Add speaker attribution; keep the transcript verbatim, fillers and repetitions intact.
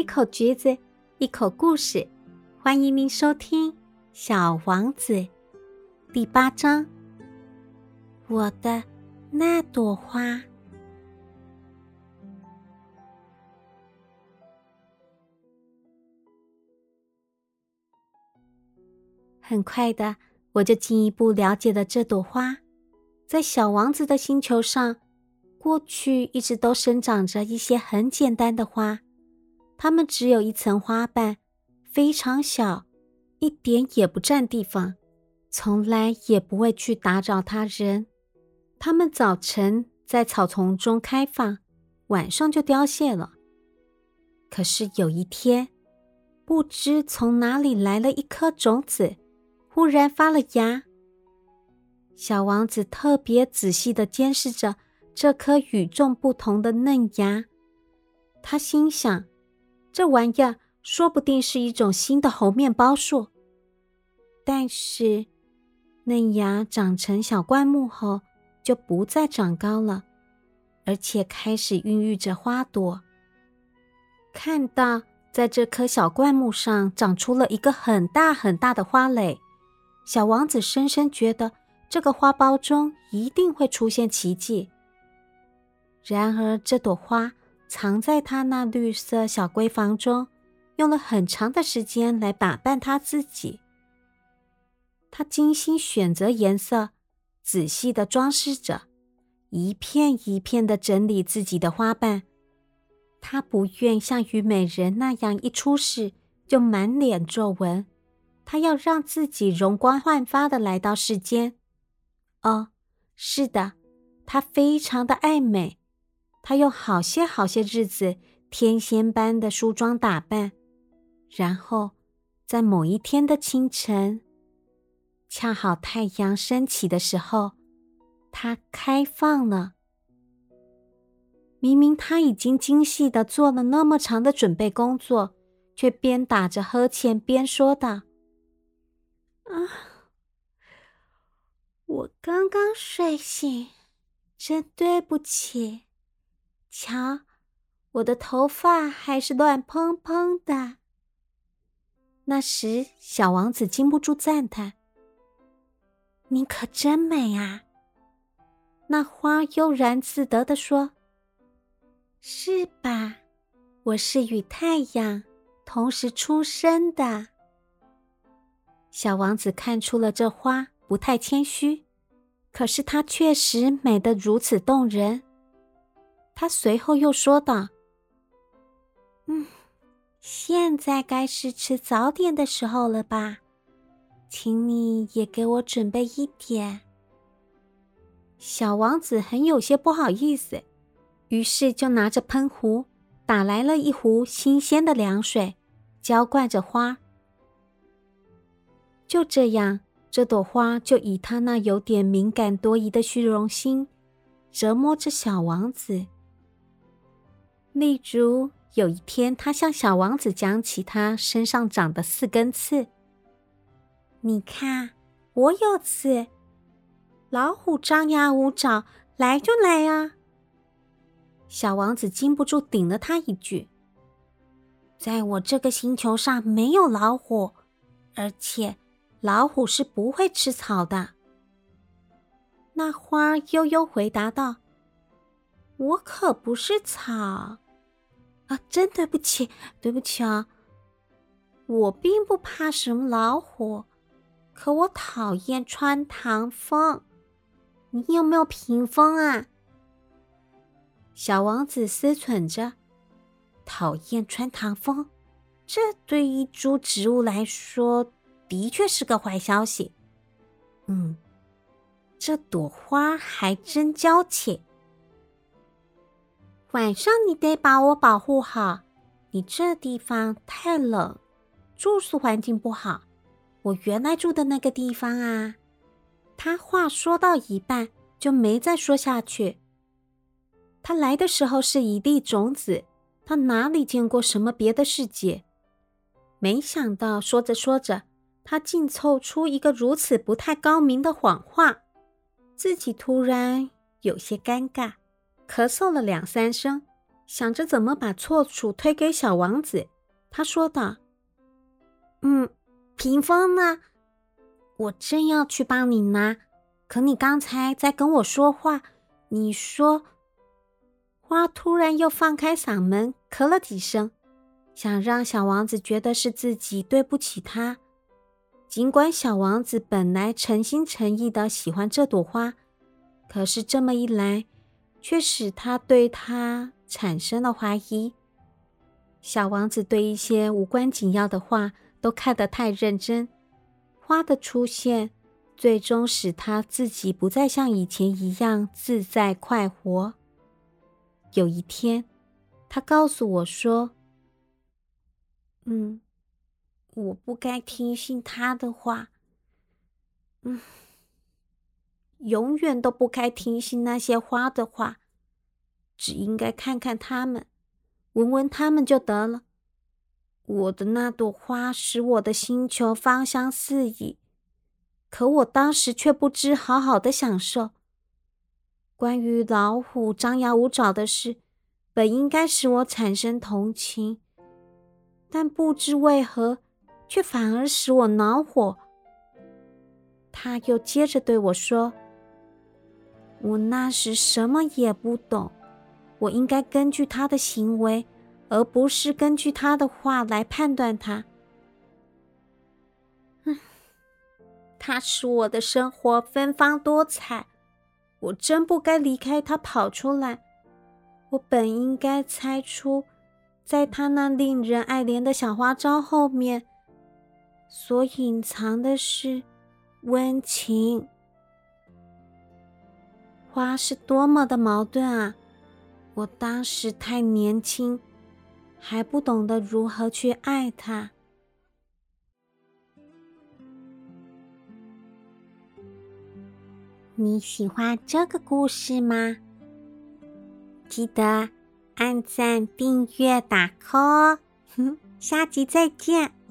Speaker 1: 一口橘子，一口故事，欢迎您收听《小王子》第八章。我的那朵花。很快的，我就进一步了解了这朵花。在小王子的星球上，过去一直都生长着一些很简单的花，它们只有一层花瓣，非常小，一点也不占地方，从来也不会去打扰他人。它们早晨在草丛中开放，晚上就凋谢了。可是有一天，不知从哪里来了一颗种子，忽然发了芽。小王子特别仔细地监视着这颗与众不同的嫩芽，他心想，这玩意儿说不定是一种新的猴面包树。但是嫩芽长成小灌木后就不再长高了，而且开始孕育着花朵。看到在这棵小灌木上长出了一个很大很大的花蕾，小王子深深觉得这个花苞中一定会出现奇迹。然而这朵花藏在他那绿色小闺房中，用了很长的时间来打扮他自己。他精心选择颜色，仔细地装饰着，一片一片地整理自己的花瓣。他不愿像虞美人那样一出世就满脸皱纹，他要让自己容光焕发地来到世间。哦，是的，他非常的爱美。他用好些好些日子天仙般的梳妆打扮，然后在某一天的清晨，恰好太阳升起的时候，他开放了。明明他已经精细地做了那么长的准备工作，却边打着呵欠边说道：啊，我刚刚睡醒，真对不起。瞧，我的头发还是乱蓬蓬的。那时，小王子禁不住赞叹：你可真美啊！那花悠然自得地说：是吧？我是与太阳同时出生的。小王子看出了这花不太谦虚，可是它确实美得如此动人。他随后又说道：嗯，现在该是吃早点的时候了吧？请你也给我准备一点。小王子很有些不好意思，于是就拿着喷壶打来了一壶新鲜的凉水，浇灌着花。就这样，这朵花就以他那有点敏感多疑的虚荣心折磨着小王子。例如，有一天他向小王子讲起他身上长的四根刺。你看，我有刺，老虎张牙舞爪，来就来啊！小王子禁不住顶了他一句：在我这个星球上没有老虎，而且老虎是不会吃草的。那花悠悠回答道：我可不是草啊，真对不起，对不起啊！我并不怕什么老虎，可我讨厌穿堂风。你有没有屏风啊？小王子思忖着，讨厌穿堂风，这对一株植物来说的确是个坏消息。嗯，这朵花还真娇气。晚上你得把我保护好，你这地方太冷，住宿环境不好。我原来住的那个地方啊。他话说到一半就没再说下去。他来的时候是一粒种子，他哪里见过什么别的世界？没想到说着说着，他竟凑出一个如此不太高明的谎话，自己突然有些尴尬，咳嗽了两三声， 想着怎么把错处推给小王子，他说道：嗯，屏风呢？我正要去帮你拿，可你刚才在跟我说话，你说……花突然又放开嗓门咳了几声，想让小王子觉得是自己对不起他。尽管小王子本来诚心诚意的喜欢这朵花，可是这么一来，却使他对他产生了怀疑。小王子对一些无关紧要的话都看得太认真，花的出现最终使他自己不再像以前一样自在快活。有一天，他告诉我说：嗯，我不该听信他的话，嗯，永远都不该听信那些花的话，只应该看看它们，闻闻它们就得了。我的那朵花使我的星球芳香四溢，可我当时却不知好好的享受。关于老虎张牙舞爪的事，本应该使我产生同情，但不知为何，却反而使我恼火。他又接着对我说：我那时什么也不懂，我应该根据他的行为，而不是根据他的话来判断他。嗯，他使我的生活芬芳多彩，我真不该离开他跑出来。我本应该猜出，在他那令人爱怜的小花招后面，所隐藏的是温情。花是多么的矛盾啊！我当时太年轻，还不懂得如何去爱它。你喜欢这个故事吗？记得按赞、订阅、打 call 哦！下集再见。